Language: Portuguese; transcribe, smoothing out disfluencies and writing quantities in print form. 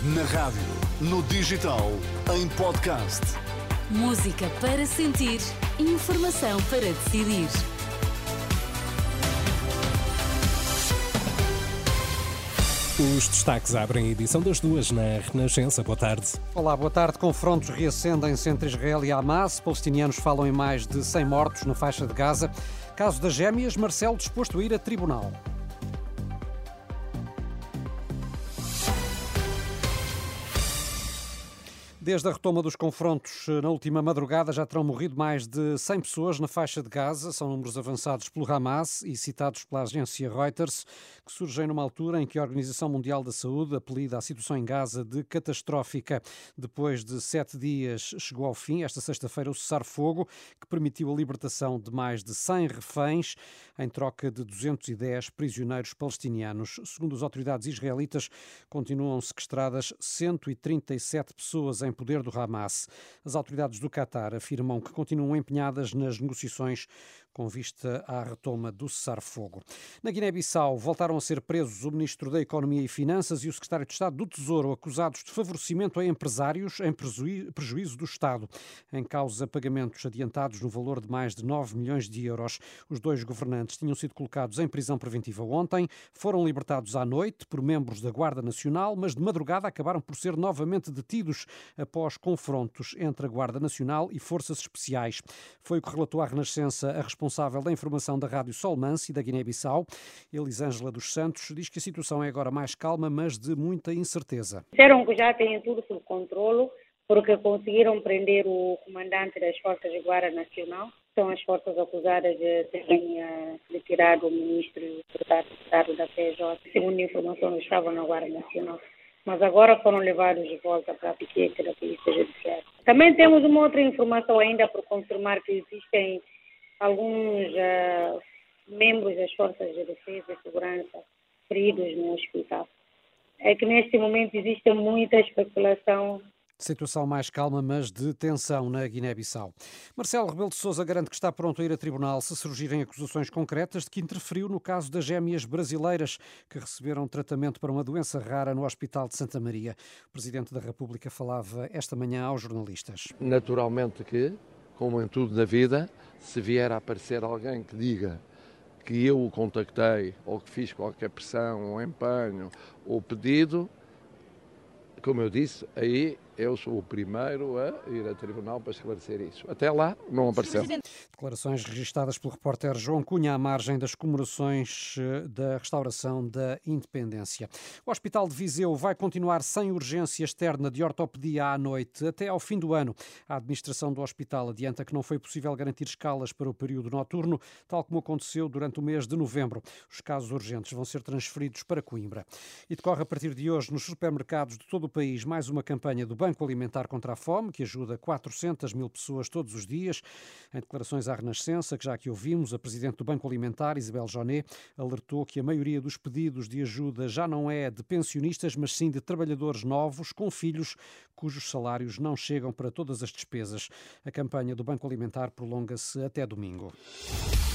Na rádio, no digital, em podcast. Música para sentir, informação para decidir. Os destaques abrem a edição das 2 na Renascença. Boa tarde. Olá, boa tarde. Confrontos reacendem-se entre Israel e Hamas. Palestinianos falam em mais de 100 mortos na faixa de Gaza. Caso das gêmeas, Marcelo disposto a ir a tribunal. Desde a retoma dos confrontos na última madrugada já terão morrido mais de 100 pessoas na faixa de Gaza. São números avançados pelo Hamas e citados pela agência Reuters, que surgem numa altura em que a Organização Mundial da Saúde apelida a situação em Gaza de catastrófica. Depois de 7 dias chegou ao fim, esta sexta-feira, o cessar-fogo, que permitiu a libertação de mais de 100 reféns em troca de 210 prisioneiros palestinianos. Segundo as autoridades israelitas, continuam sequestradas 137 pessoas em poder do Hamas. As autoridades do Qatar afirmam que continuam empenhadas nas negociações com vista à retoma do cessar-fogo. Na Guiné-Bissau voltaram a ser presos o Ministro da Economia e Finanças e o Secretário de Estado do Tesouro, acusados de favorecimento a empresários em prejuízo do Estado. Em causa pagamentos adiantados no valor de mais de 9 milhões de euros. Os dois governantes tinham sido colocados em prisão preventiva ontem, foram libertados à noite por membros da Guarda Nacional, mas de madrugada acabaram por ser novamente detidos após confrontos entre a Guarda Nacional e forças especiais. Foi o que relatou à Renascença a responsável da informação da Rádio Solmance e da Guiné-Bissau. Elisângela dos Santos diz que a situação é agora mais calma, mas de muita incerteza. Disseram que já têm tudo sob controle, porque conseguiram prender o comandante das Forças de Guarda Nacional. São as forças acusadas de terem retirado o ministro e o secretário de Estado da PJ. Segundo a informação, estavam na Guarda Nacional. Mas agora foram levados de volta para a piquete da Polícia Judiciária. Também temos uma outra informação ainda por confirmar, que existem alguns membros das Forças de Defesa e Segurança feridos no hospital. É que neste momento existe muita especulação. Situação mais calma, mas de tensão na Guiné-Bissau. Marcelo Rebelo de Sousa garante que está pronto a ir a tribunal se surgirem acusações concretas de que interferiu no caso das gêmeas brasileiras que receberam tratamento para uma doença rara no Hospital de Santa Maria. O Presidente da República falava esta manhã aos jornalistas. Naturalmente que, como em tudo na vida, se vier a aparecer alguém que diga que eu o contactei ou que fiz qualquer pressão ou empenho ou pedido, como eu disse, aí eu sou o primeiro a ir a tribunal para esclarecer isso. Até lá não apareceu. Declarações registadas pelo repórter João Cunha à margem das comemorações da restauração da independência. O Hospital de Viseu vai continuar sem urgência externa de ortopedia à noite até ao fim do ano. A administração do hospital adianta que não foi possível garantir escalas para o período noturno, tal como aconteceu durante o mês de novembro. Os casos urgentes vão ser transferidos para Coimbra. E decorre a partir de hoje nos supermercados de todo o país mais uma campanha do Banco Alimentar contra a Fome, que ajuda 400 mil pessoas todos os dias. Em declarações à Renascença, que já aqui ouvimos, a Presidente do Banco Alimentar, Isabel Joné, alertou que a maioria dos pedidos de ajuda já não é de pensionistas, mas sim de trabalhadores novos com filhos cujos salários não chegam para todas as despesas. A campanha do Banco Alimentar prolonga-se até domingo.